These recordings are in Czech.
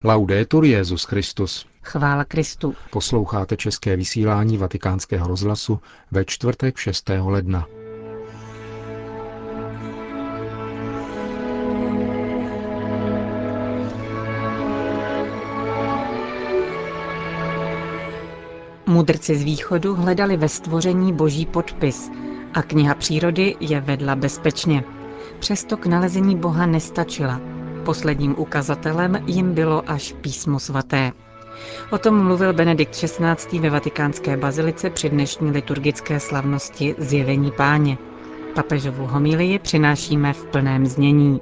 Laudetur Jesus Christus. Chvála Kristu. Posloucháte české vysílání Vatikánského rozhlasu ve čtvrtek 6. ledna. Mudrci z východu hledali ve stvoření boží podpis a kniha přírody je vedla bezpečně. Přesto k nalezení Boha nestačila. Posledním ukazatelem jim bylo až písmo svaté. O tom mluvil Benedikt XVI. Ve vatikánské bazilice při dnešní liturgické slavnosti Zjevení Páně. Papežovu homilii přinášíme v plném znění.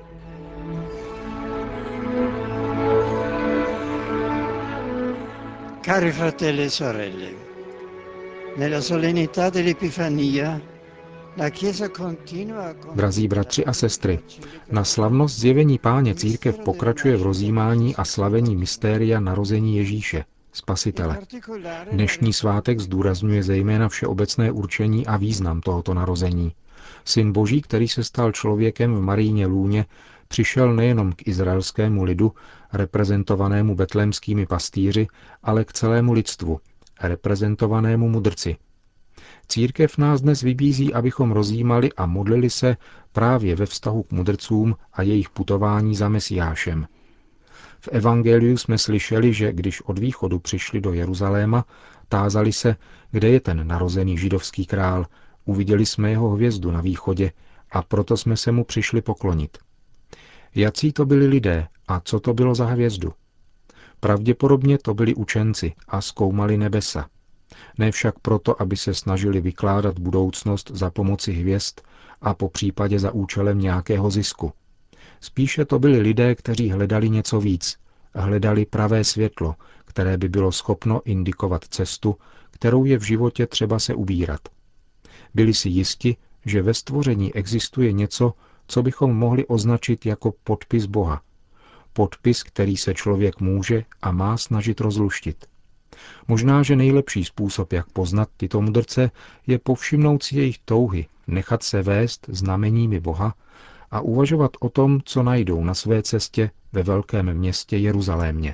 Cari fratelli e sorelle, nella solennità dell'Epifania la Chiesa continua. Drazí bratři a sestry, na slavnost Zjevení Páně církev pokračuje v rozjímání a slavení mystéria narození Ježíše, Spasitele. Dnešní svátek zdůrazňuje zejména všeobecné určení a význam tohoto narození. Syn Boží, který se stal člověkem v Marijně lůně, přišel nejenom k izraelskému lidu, reprezentovanému betlémskými pastýři, ale k celému lidstvu, reprezentovanému mudrci. Církev nás dnes vybízí, abychom rozjímali a modlili se právě ve vztahu k mudrcům a jejich putování za Mesiášem. V evangeliu jsme slyšeli, že když od východu přišli do Jeruzaléma, tázali se, kde je ten narozený židovský král, uviděli jsme jeho hvězdu na východě a proto jsme se mu přišli poklonit. Jací to byli lidé a co to bylo za hvězdu? Pravděpodobně to byli učenci a zkoumali nebesa. Ne však proto, aby se snažili vykládat budoucnost za pomoci hvězd a po případě za účelem nějakého zisku. Spíše to byli lidé, kteří hledali něco víc, hledali pravé světlo, které by bylo schopno indikovat cestu, kterou je v životě třeba se ubírat. Byli si jisti, že ve stvoření existuje něco, co bychom mohli označit jako podpis Boha. Podpis, který se člověk může a má snažit rozluštit. Možná, že nejlepší způsob, jak poznat tyto mudrce, je povšimnout si jejich touhy, nechat se vést znameními Boha a uvažovat o tom, co najdou na své cestě ve velkém městě Jeruzalémě.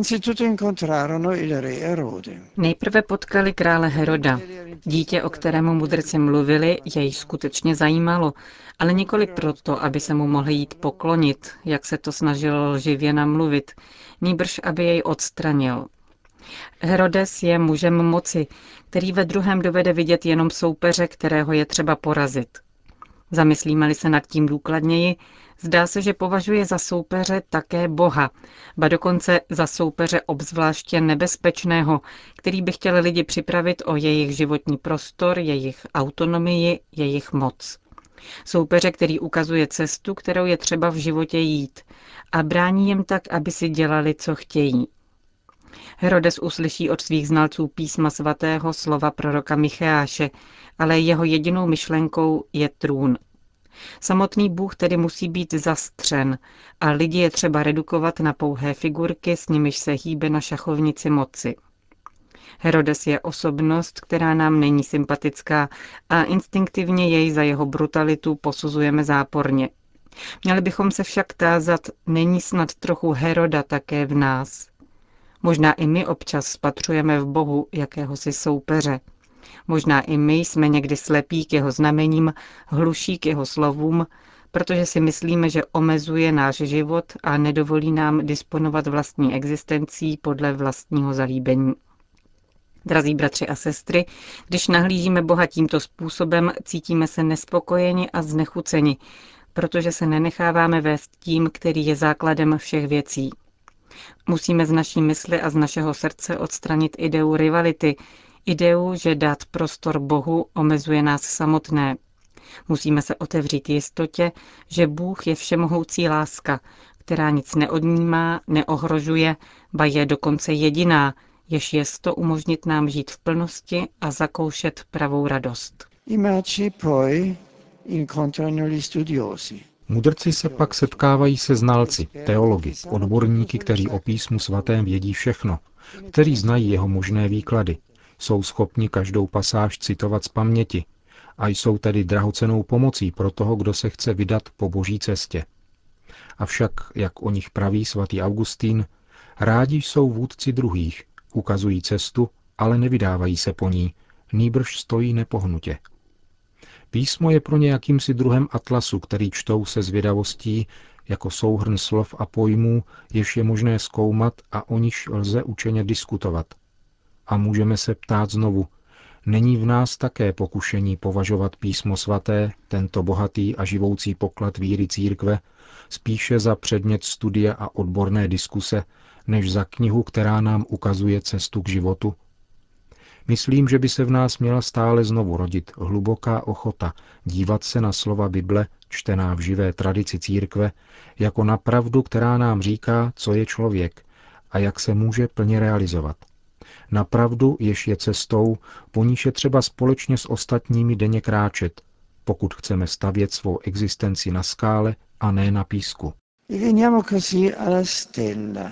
Nejprve potkali krále Heroda. Dítě, o kterému mudrci mluvili, jej skutečně zajímalo, ale nikoli proto, aby se mu mohli jít poklonit, jak se to snažil lživě namluvit, nýbrž aby jej odstranil. Herodes je mužem moci, který ve druhém dovede vidět jenom soupeře, kterého je třeba porazit. Zamyslíme-li se nad tím důkladněji, zdá se, že považuje za soupeře také Boha, ba dokonce za soupeře obzvláště nebezpečného, který by chtěl lidi připravit o jejich životní prostor, jejich autonomii, jejich moc. Soupeře, který ukazuje cestu, kterou je třeba v životě jít a brání jim tak, aby si dělali, co chtějí. Herodes uslyší od svých znalců písma svatého slova proroka Micheáše, ale jeho jedinou myšlenkou je trůn. Samotný Bůh tedy musí být zastřen a lidi je třeba redukovat na pouhé figurky, s nimiž se hýbe na šachovnici moci. Herodes je osobnost, která nám není sympatická a instinktivně jej za jeho brutalitu posuzujeme záporně. Měli bychom se však tázat, není snad trochu Heroda také v nás? Možná i my občas spatřujeme v Bohu jakéhosi soupeře. Možná i my jsme někdy slepí k jeho znamením, hluší k jeho slovům, protože si myslíme, že omezuje náš život a nedovolí nám disponovat vlastní existencí podle vlastního zalíbení. Drazí bratři a sestry, když nahlížíme Boha tímto způsobem, cítíme se nespokojeni a znechuceni, protože se nenecháváme vést tím, který je základem všech věcí. Musíme z naší mysli a z našeho srdce odstranit ideu rivality, ideu, že dát prostor Bohu omezuje nás samotné. Musíme se otevřít jistotě, že Bůh je všemohoucí láska, která nic neodnímá, neohrožuje, ba je dokonce jediná, jež jest to umožnit nám žít v plnosti a zakoušet pravou radost. Mudrci se pak setkávají se znalci, teology, odborníky, kteří o písmu svatém vědí všechno, kteří znají jeho možné výklady, jsou schopni každou pasáž citovat z paměti a jsou tedy drahocennou pomocí pro toho, kdo se chce vydat po boží cestě. Avšak, jak o nich praví svatý Augustín, Rádi jsou vůdci druhých, ukazují cestu, ale nevydávají se po ní, nýbrž stojí nepohnutě. Písmo je pro ně jakýmsi druhem atlasu, který čtou se zvědavostí, jako souhrn slov a pojmů, jež je možné zkoumat a o nichž lze učeně diskutovat. A můžeme se ptát znovu, není v nás také pokušení považovat Písmo svaté, tento bohatý a živoucí poklad víry církve, spíše za předmět studia a odborné diskuse, než za knihu, která nám ukazuje cestu k životu? Myslím, že by se v nás měla stále znovu rodit hluboká ochota dívat se na slova Bible, čtená v živé tradici církve, jako na pravdu, která nám říká, co je člověk a jak se může plně realizovat. Na pravdu, jež je cestou, po níž je třeba společně s ostatními denně kráčet, pokud chceme stavět svou existenci na skále a ne na písku. Veniamo così alla stella.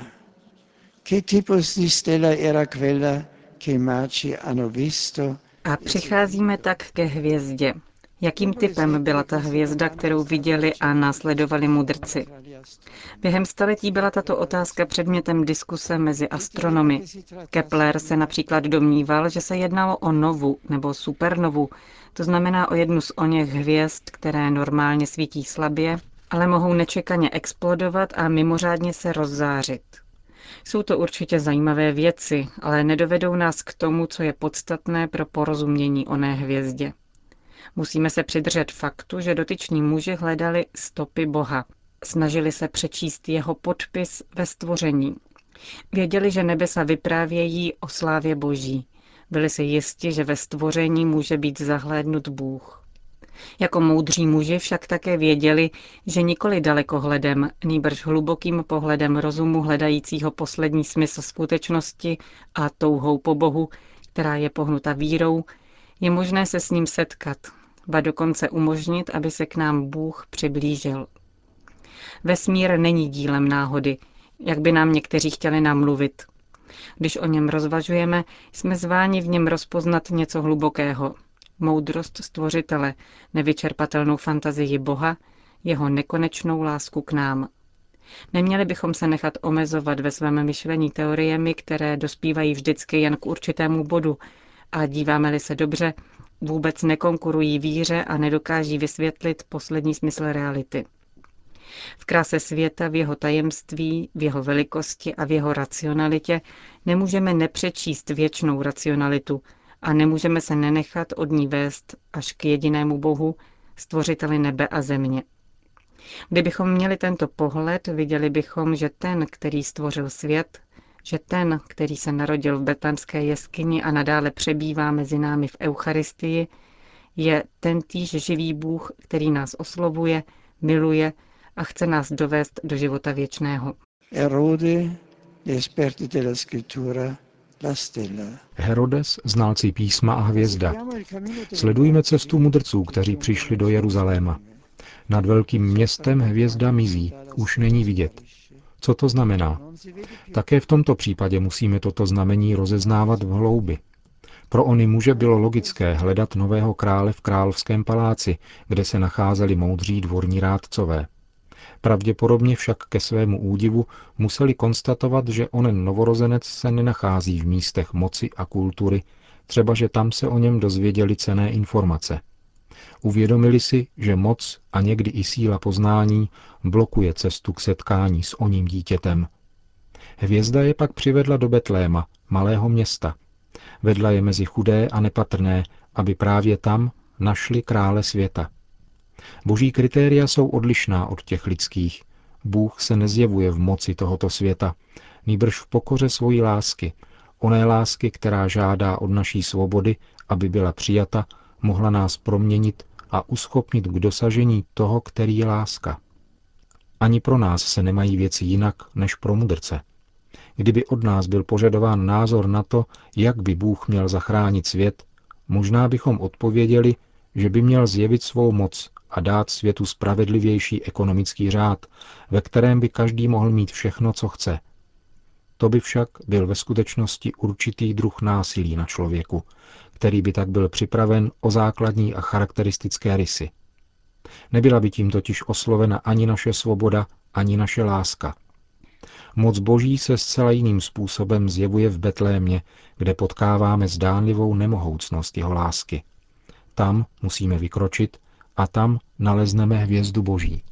Che tipo di stella era quella che i magi hanno visto? A přicházíme tak ke hvězdě. Jakým typem byla ta hvězda, kterou viděli a následovali mudrci? Během staletí byla tato otázka předmětem diskuse mezi astronomy. Kepler se například domníval, že se jednalo o novu nebo supernovu, to znamená o jednu z oněch hvězd, které normálně svítí slabě, ale mohou nečekaně explodovat a mimořádně se rozzářit. Jsou to určitě zajímavé věci, ale nedovedou nás k tomu, co je podstatné pro porozumění oné hvězdě. Musíme se přidržet faktu, že dotyční muži hledali stopy Boha. Snažili se přečíst jeho podpis ve stvoření. Věděli, že nebesa vyprávějí o slávě Boží. Byli si jisti, že ve stvoření může být zahlédnut Bůh. Jako moudří muži však také věděli, že nikoli dalekohledem, nýbrž hlubokým pohledem rozumu hledajícího poslední smysl skutečnosti a touhou po Bohu, která je pohnuta vírou, je možné se s ním setkat, ba dokonce umožnit, aby se k nám Bůh přiblížil. Vesmír není dílem náhody, jak by nám někteří chtěli namluvit. Když o něm rozvažujeme, jsme zváni v něm rozpoznat něco hlubokého. Moudrost stvořitele, nevyčerpatelnou fantazii Boha, jeho nekonečnou lásku k nám. Neměli bychom se nechat omezovat ve svém myšlení teoriemi, které dospívají vždycky jen k určitému bodu a díváme-li se dobře, vůbec nekonkurují víře a nedokáží vysvětlit poslední smysl reality. V kráse světa, v jeho tajemství, v jeho velikosti a v jeho racionalitě nemůžeme nepřečíst věčnou racionalitu a nemůžeme se nenechat od ní vést až k jedinému Bohu, stvořiteli nebe a země. Kdybychom měli tento pohled, viděli bychom, že ten, který stvořil svět, že ten, který se narodil v betlémské jeskyni a nadále přebývá mezi námi v Eucharistii, je tentýž živý Bůh, který nás oslovuje, miluje a chce nás dovést do života věčného. Herodes, znalci písma a hvězda. Sledujme cestu mudrců, kteří přišli do Jeruzaléma. Nad velkým městem hvězda mizí, už není vidět. Co to znamená? Také v tomto případě musíme toto znamení rozeznávat v hloubi. Pro ony muže bylo logické hledat nového krále v královském paláci, kde se nacházeli moudří dvorní rádcové. Pravděpodobně však ke svému údivu museli konstatovat, že onen novorozenec se nenachází v místech moci a kultury, třeba že tam se o něm dozvěděli cenné informace. Uvědomili si, že moc a někdy i síla poznání blokuje cestu k setkání s oním dítětem. Hvězda je pak přivedla do Betléma, malého města. Vedla je mezi chudé a nepatrné, aby právě tam našli krále světa. Boží kritéria jsou odlišná od těch lidských. Bůh se nezjevuje v moci tohoto světa, nýbrž v pokoře svojí lásky, oné lásky, která žádá od naší svobody, aby byla přijata, mohla nás proměnit a uschopnit k dosažení toho, který je láska. Ani pro nás se nemají věci jinak než pro mudrce. Kdyby od nás byl požadován názor na to, jak by Bůh měl zachránit svět, možná bychom odpověděli, že by měl zjevit svou moc a dát světu spravedlivější ekonomický řád, ve kterém by každý mohl mít všechno, co chce. To by však byl ve skutečnosti určitý druh násilí na člověku, který by tak byl připraven o základní a charakteristické rysy. Nebyla by tím totiž oslovena ani naše svoboda, ani naše láska. Moc Boží se zcela jiným způsobem zjevuje v Betlémě, kde potkáváme zdánlivou nemohoucnost jeho lásky. Tam musíme vykročit a tam nalezneme hvězdu Boží.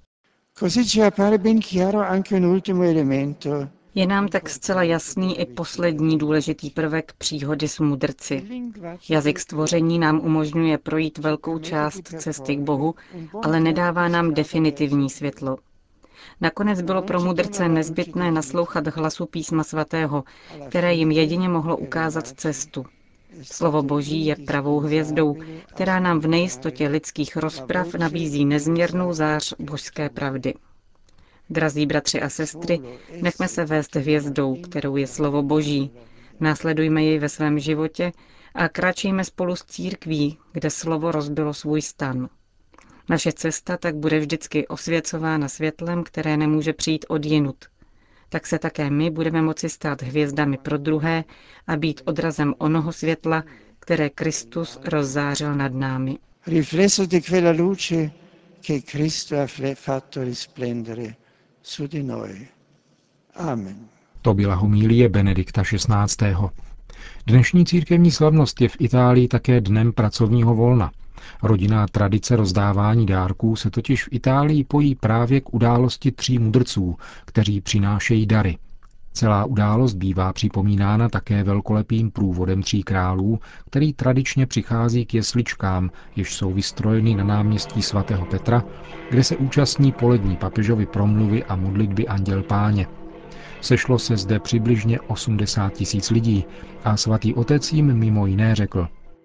Je nám tak zcela jasný i poslední důležitý prvek příhody s mudrci. Jazyk stvoření nám umožňuje projít velkou část cesty k Bohu, ale nedává nám definitivní světlo. Nakonec bylo pro mudrce nezbytné naslouchat hlasu Písma svatého, které jim jedině mohlo ukázat cestu. Slovo Boží je pravou hvězdou, která nám v nejistotě lidských rozprav nabízí nezměrnou zář božské pravdy. Drazí bratři a sestry, nechme se vést hvězdou, kterou je slovo Boží. Následujme jej ve svém životě a kráčejme spolu s církví, kde slovo rozbilo svůj stan. Naše cesta tak bude vždycky osvěcována světlem, které nemůže přijít odjinud. Tak se také my budeme moci stát hvězdami pro druhé a být odrazem onoho světla, které Kristus rozzářil nad námi. Riflesso di quella luce che Cristo ha fatto risplendere su di noi. Amen. To byla homilie Benedikta XVI. Dnešní církevní slavnost je v Itálii také dnem pracovního volna. Rodinná tradice rozdávání dárků se totiž v Itálii pojí právě k události 3 mudrců, kteří přinášejí dary. Celá událost bývá připomínána také velkolepým průvodem 3 králů, který tradičně přichází k jesličkám, jež jsou vystrojeny na náměstí svatého Petra, kde se účastní polední papežovy promluvy a modlitby Anděl Páně. Sešlo se zde přibližně 80 000 lidí a svatý otec jim mimo jiné řekl: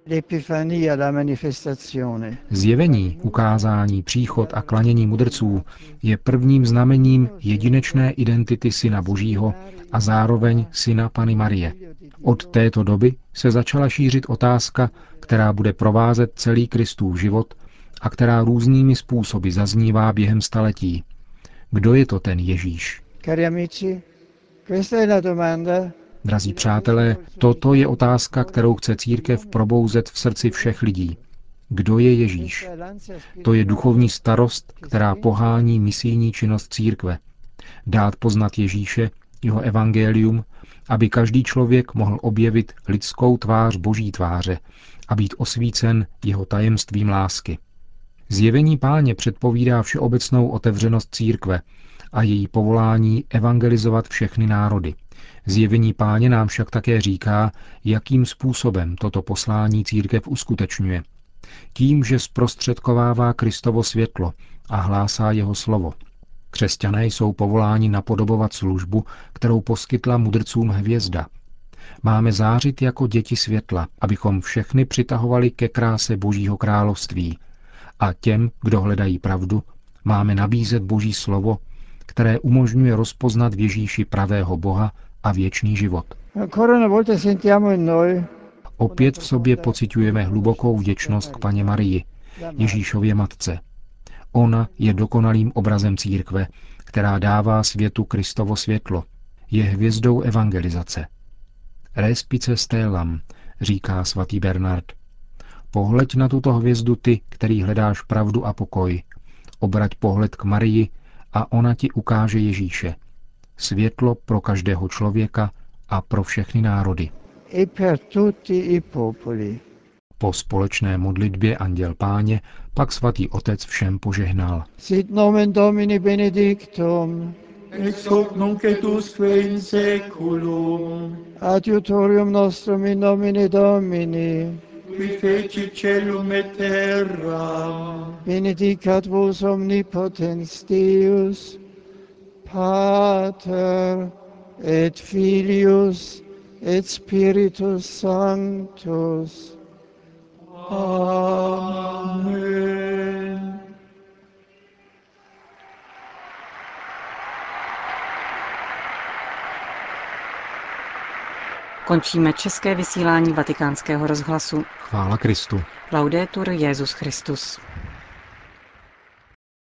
Zjevení, ukázání, příchod a klanění mudrců je prvním znamením jedinečné identity Syna Božího a zároveň Syna Panny Marie. Od této doby se začala šířit otázka, která bude provázet celý Kristův život a která různými způsoby zaznívá během staletí. Kdo je to ten Ježíš? Drazí přátelé, toto je otázka, kterou chce církev probouzet v srdci všech lidí. Kdo je Ježíš? To je duchovní starost, která pohání misijní činnost církve. Dát poznat Ježíše, jeho evangelium, aby každý člověk mohl objevit lidskou tvář Boží tváře a být osvícen jeho tajemstvím lásky. Zjevení Páně předpovídá všeobecnou otevřenost církve a její povolání evangelizovat všechny národy. Zjevení Páně nám však také říká, jakým způsobem toto poslání církev uskutečňuje. Tím, že zprostředkovává Kristovo světlo a hlásá jeho slovo. Křesťané jsou povoláni napodobovat službu, kterou poskytla mudrcům hvězda. Máme zářit jako děti světla, abychom všechny přitahovali ke kráse Božího království. A těm, kdo hledají pravdu, máme nabízet Boží slovo, které umožňuje rozpoznat v Ježíši pravého Boha a věčný život. Opět v sobě pociťujeme hlubokou vděčnost k Panně Marii, Ježíšově matce. Ona je dokonalým obrazem církve, která dává světu Kristovo světlo. Je hvězdou evangelizace. Respice stellam, říká svatý Bernard. Pohleď na tuto hvězdu ty, který hledáš pravdu a pokoj. Obrať pohled k Marii a ona ti ukáže Ježíše. Světlo pro každého člověka a pro všechny národy. Po společné modlitbě Anděl Páně pak svatý otec všem požehnal. Sit nomen Domini benedictum, ex hoc nunc et usque in saeculum, adiutorium nostrum in nomine Domini, qui feci celum et terram, benedicat vos omnipotens Deus, Pater et Filius et Spiritus Sanctus. Amen. Končíme české vysílání Vatikánského rozhlasu. Chvála Kristu. Laudetur Jesus Christus.